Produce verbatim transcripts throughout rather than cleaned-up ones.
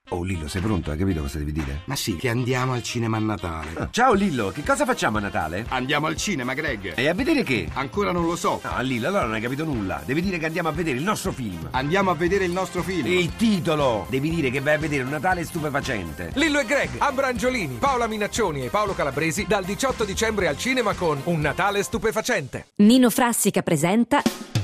Oh Lillo, sei pronto? Hai capito cosa devi dire? Ma sì, che andiamo al cinema a Natale. Ah, ciao Lillo, che cosa facciamo a Natale? Andiamo al cinema, Greg. E a vedere che? Ancora non lo so. No, Lillo, allora non hai capito nulla. Devi dire che andiamo a vedere il nostro film. Andiamo a vedere il nostro film. Il titolo! Devi dire che vai a vedere un Natale stupefacente. Lillo e Greg, Ambra Angiolini, Paola Minaccioni e Paolo Calabresi dal diciotto dicembre al cinema con Un Natale stupefacente. Nino Frassica presenta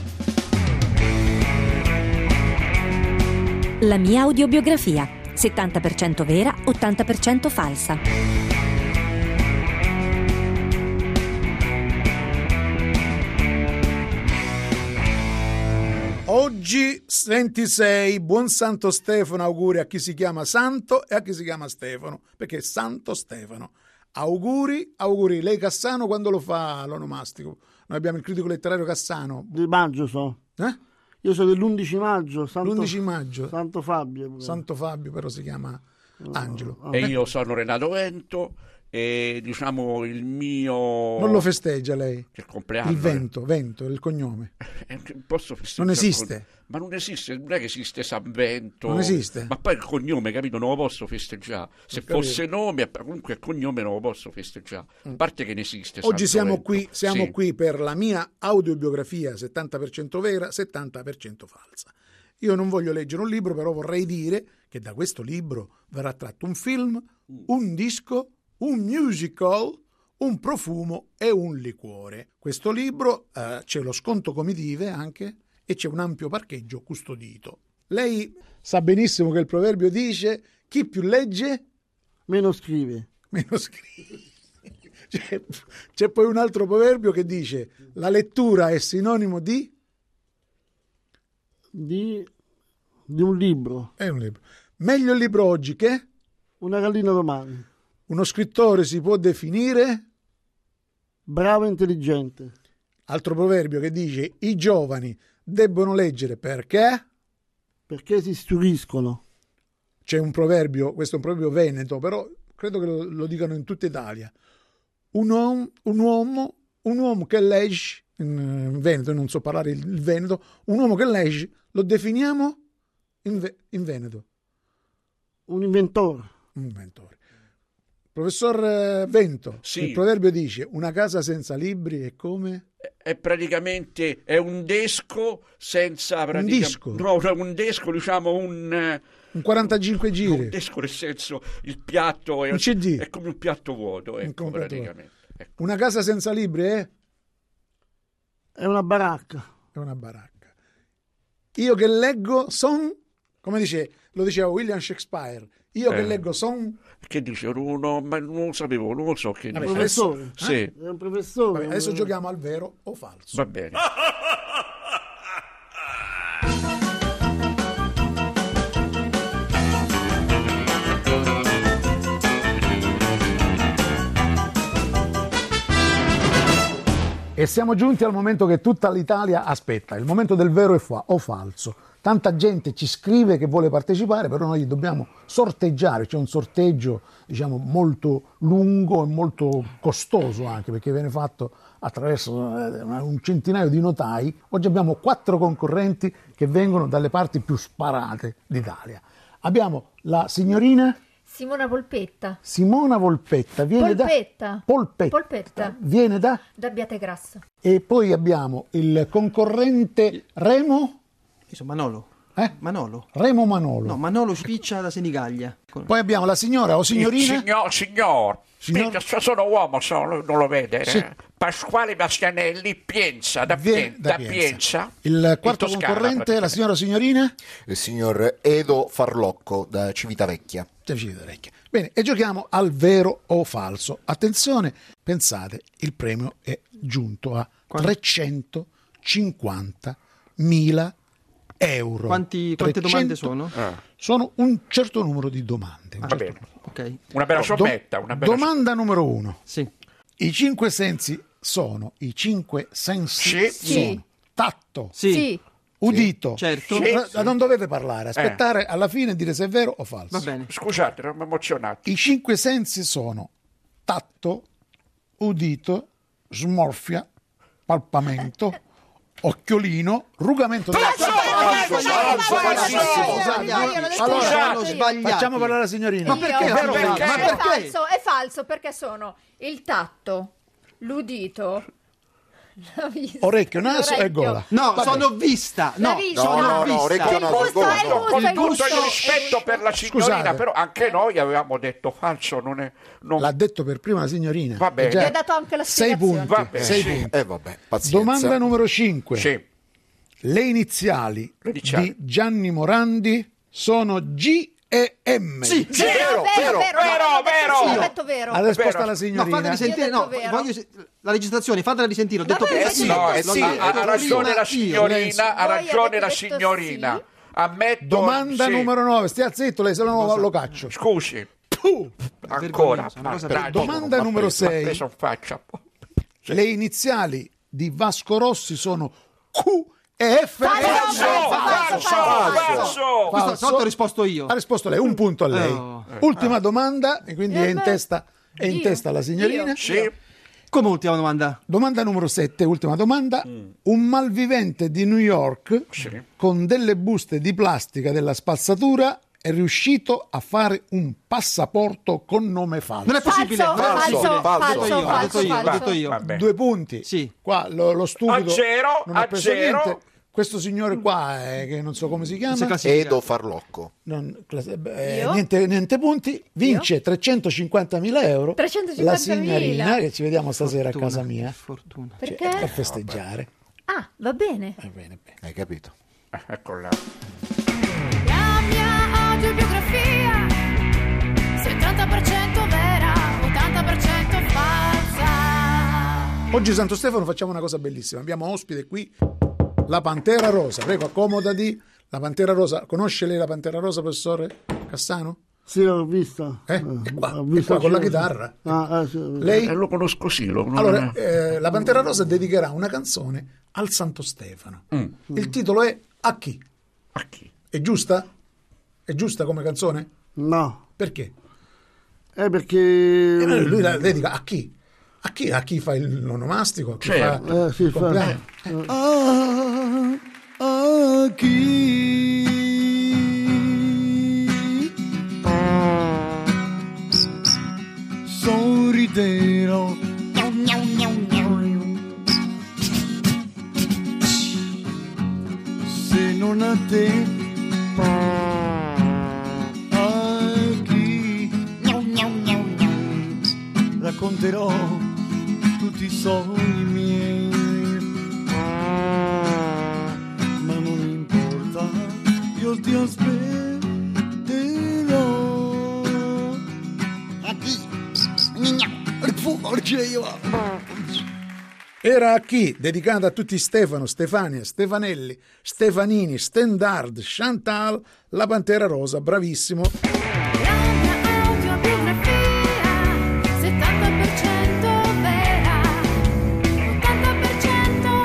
La mia audiobiografia. settanta per cento vera, ottanta per cento falsa. Oggi ventisei, buon Santo Stefano, auguri a chi si chiama Santo e a chi si chiama Stefano, perché è Santo Stefano. Auguri, auguri. Lei Cassano quando lo fa l'onomastico? Noi abbiamo il critico letterario Cassano. Di maggio so. Eh? Io sono dell'undici maggio. Santo, l'undici maggio. Santo Fabio. Santo Fabio però si chiama Angelo. E io sono Renato Vento e diciamo il mio... Non lo festeggia lei? Il compleanno. Il Vento, Vento, il cognome. Posso festeggiare? Non esiste. Con... Ma non esiste, non è che esiste San Vento. Non esiste. Ma poi il cognome, capito, non lo posso festeggiare. Se fosse nome, comunque il cognome non lo posso festeggiare. A parte che ne esiste. Oggi Santo siamo Vento. qui, siamo sì. qui per la mia audiobiografia, settanta per cento vera, settanta per cento falsa. Io non voglio leggere un libro, però vorrei dire che da questo libro verrà tratto un film, un disco, un musical, un profumo e un liquore. Questo libro eh, c'è lo sconto comitive anche e c'è un ampio parcheggio custodito. Lei sa benissimo che il proverbio dice: chi più legge meno scrive. Meno scrive. C'è, c'è poi un altro proverbio che dice: la lettura è sinonimo di di, di un libro. È un libro. Meglio il libro oggi che una gallina domani. Uno scrittore si può definire bravo e intelligente. Altro proverbio che dice: i giovani debbono leggere perché perché si istruiscono. C'è un proverbio, questo è un proverbio veneto, però credo che lo, lo dicano in tutta Italia. Un uomo, un uomo, un uomo che legge in, in Veneto, non so parlare il, il veneto, un uomo che legge lo definiamo in, ve, in Veneto un inventore. Un inventore. Professor Vento, sì. Il proverbio dice: una casa senza libri è come? È praticamente è un desco senza un disco. No, un desco, diciamo un un quarantacinque giri. Un desco nel senso il piatto è un C D. È come un piatto vuoto, ecco, praticamente. Ecco. Una casa senza libri è è una baracca. È una baracca. Io che leggo son, come dice, lo diceva William Shakespeare. Io eh. che leggo son... Che dice? No, ma non lo sapevo, non lo so che Vabbè, dice. Professore. Eh? Sì. È un professore. Vabbè, adesso un... giochiamo al vero o falso. Va bene. E siamo giunti al momento che tutta l'Italia aspetta, il momento del vero o falso. Tanta gente ci scrive che vuole partecipare, però noi dobbiamo sorteggiare, c'è un sorteggio diciamo molto lungo e molto costoso anche, perché viene fatto attraverso un centinaio di notai. Oggi abbiamo quattro concorrenti che vengono dalle parti più sparate d'Italia. Abbiamo la signorina Simona Polpetta. Simona Volpetta viene Polpetta. da Polpetta. Polpetta. Viene da da Abbiategrasso. E poi abbiamo il concorrente Remo Io sono Manolo. Eh? Manolo. Remo Manolo. No, Manolo Spiccia da Senigallia. Con... Poi abbiamo la signora o signorina? Signor, signor. Signor? Spiccia, sono uomo, sono, non lo vede. Sì. Eh? Pasquale Bastianelli, Pienza, da, Viene Pien, da da Pienza. Pienza. Il quarto Toscana, concorrente, la signora o signorina? Il signor Edo Farlocco da Civitavecchia. Da Civitavecchia. Bene, e giochiamo al vero o falso. Attenzione, pensate, il premio è giunto a trecentocinquantamila euro. Quanti, quante domande sono? Ah. Sono un certo numero di domande. Va bene. Ok. Una bella sommetta. Una bella Domanda numero uno. Sì. I cinque sensi sono, i cinque sensi Sì. sono Sì. tatto, Sì. Sì. udito. Certo. Sì. Ma non dovete parlare, aspettare alla fine e dire se è vero o falso. Va bene. Scusate, non mi emozionate. I cinque sensi sono tatto, udito, smorfia, palpamento, occhiolino, rugamento della Falso! Falso! falso, falsissimo. Allora, facciamo parlare la signorina. Ma perché? Io- Vero, perché? falso? Ma È perché? falso, è falso perché sono il tatto, l'udito, la vista, Orecchio, naso e l'orecchio. gola. No, Vabbè. sono vista. La No, vista. sono No, no, no, vista. orecchio, Il naso, gusto, gola, il no. gusto, Con il tutto gusto, il rispetto per la signorina, Scusate. però anche noi avevamo detto falso, non è... non- L'ha detto per prima la signorina. Va bene. Già, Gli ho dato anche la sei spiegazione. punti. Va bene, sei sì. punti. Eh vabbè, pazienza. Domanda numero cinque. Sì. Le iniziali, Le iniziali. di Gianni Morandi sono G e M. Sì, Vero, vero, vero, vero, ho detto vero. sì, ho detto vero. La risposta Vero. alla No, signorina. fateli sentire. Io ho No, detto vero. voglio se- la registrazione, fatela risentire. Ho Ma detto voi che avete sì. detto No, eh sì. sì, ha, ha eh, ragione la io. signorina, ha Voi ragione avete la detto signorina. sì. Ammetto... Domanda sì. numero nove. Stia zitto, lei, se no lo caccio. Scusi, Puh. ancora. Vergognoso, una cosa Dai, vergognosa. Domanda m'ha numero preso- m'ha sei. preso in faccia. Le iniziali di Vasco Rossi sono Q e F. Falso, Falso, falso, falso, falso, falso. Questa sotto ho risposto io. Ha risposto lei, un punto a lei. Oh. Ultima domanda, e quindi Eh è in beh. testa, è in Io. testa la signorina. Io. Sì. Come ultima domanda? Domanda numero sette, ultima domanda. Un malvivente di New York Sì. con delle buste di plastica della spazzatura è riuscito a fare un passaporto con nome falso. Non è possibile. Falso, non è falso, possibile. falso, Ho detto io, ho falso, detto io, ho falso. detto io. Vabbè. Due punti. Sì. Qua lo, lo stupido A zero, non ha a preso zero. niente. Questo signore qua, eh, che non so come si Si chiama, classifica. Edo Farlocco. non- eh, Io? niente, niente punti, vince trecentocinquantamila euro. trecentocinquantamila. La signorina, che ci vediamo stasera Fortuna, a casa mia. Fortuna. Cioè, Perché? per festeggiare. Ah, va bene. Va bene, bene. Hai capito? Eh, Eccola. La mia autobiografia, settanta per cento vera, ottanta per cento falsa. Oggi Santo Stefano facciamo una cosa bellissima. Abbiamo ospite qui la Pantera Rosa. Prego, accomodati. La Pantera Rosa. Conosce lei la Pantera Rosa, professore Cassano? Sì, l'ho vista. Eh? È qua, Ho è visto qua con la sì, sì. chitarra. Ah, eh, sì. Lei? Eh, lo conosco sì. Lo, non- Allora, eh, la Pantera Rosa dedicherà una canzone al Santo Stefano. Il titolo è A chi? A chi? È giusta? È giusta come canzone? No, Perché? è perché... Eh, lui la dedica a chi? A chi? A chi fa il onomastico? A chi Certo. fa Eh, sì, il fa- compleanno? Ah, a chi sorriderò se non a te, a chi racconterò tutti i sogni miei, ma non importa, io ti aspetterò. A chi? Era a chi? Dedicata a tutti Stefano, Stefania, Stefanelli, Stefanini, Stendhard, Chantal, la Pantera Rosa, bravissimo. La mia autobiografia, settanta per cento vera, ottanta per cento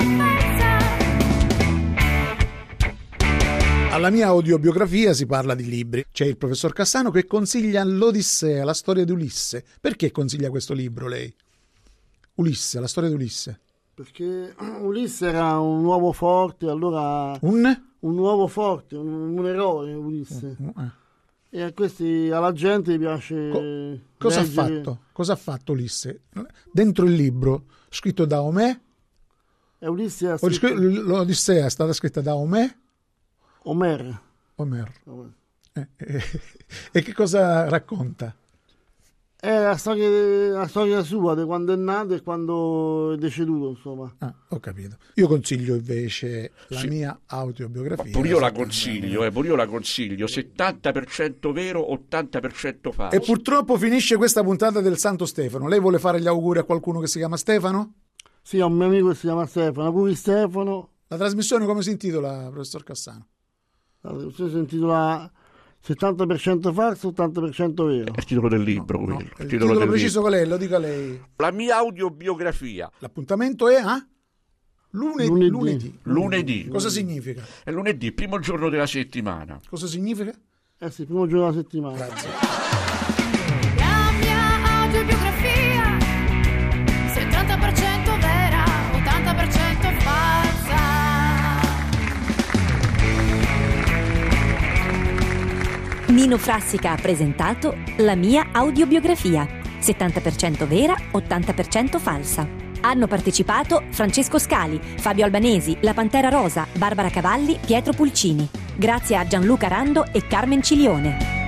falsa. Alla mia audiobiografia si parla di libri. C'è il professor Cassano che consiglia l'Odissea, la storia di Ulisse. Perché consiglia questo libro lei? Ulisse, la storia di Ulisse. Perché Ulisse era un uomo forte, allora Un? un uomo forte, un, un eroe Ulisse. Eh. E a questi, alla gente piace Co- cosa leggere- ha fatto? Cosa ha fatto Ulisse? Dentro il libro, scritto da Omè, E Ulisse ha o scritto scr- l'Odissea è stata scritta da Omè, Omer. Omer. Omer. Eh, eh, e che cosa racconta? È la storia, la storia sua, di quando è nato e quando è deceduto, insomma. Ah, ho capito. Io consiglio invece la Sì. mia autobiografia. Pure io la consiglio, eh, pure io la consiglio. settanta per cento vero, ottanta per cento falso. E purtroppo finisce questa puntata del Santo Stefano. Lei vuole fare gli auguri a qualcuno che si chiama Stefano? Sì, ho un mio amico che si chiama Stefano, pure Stefano. La trasmissione come si intitola, professor Cassano? Allora, si intitola settanta per cento falso, ottanta per cento vero. È il titolo del libro, quello. Il il titolo, del preciso libro. qual è? Lo dica lei. La mia audiobiografia. L'appuntamento è a lunedì. Lunedì. lunedì. Lunedì. Cosa significa? È lunedì, primo giorno della settimana. Cosa significa? Eh sì, primo giorno della settimana. Grazie. La mia autobiografia, settanta per cento vera, ottanta per cento falsa. Nino Frassica ha presentato La mia audiobiografia, settanta per cento vera, ottanta per cento falsa. Hanno partecipato Francesco Scali, Fabio Albanesi, La Pantera Rosa, Barbara Cavalli, Pietro Pulcini. Grazie a Gianluca Rando e Carmen Cilione.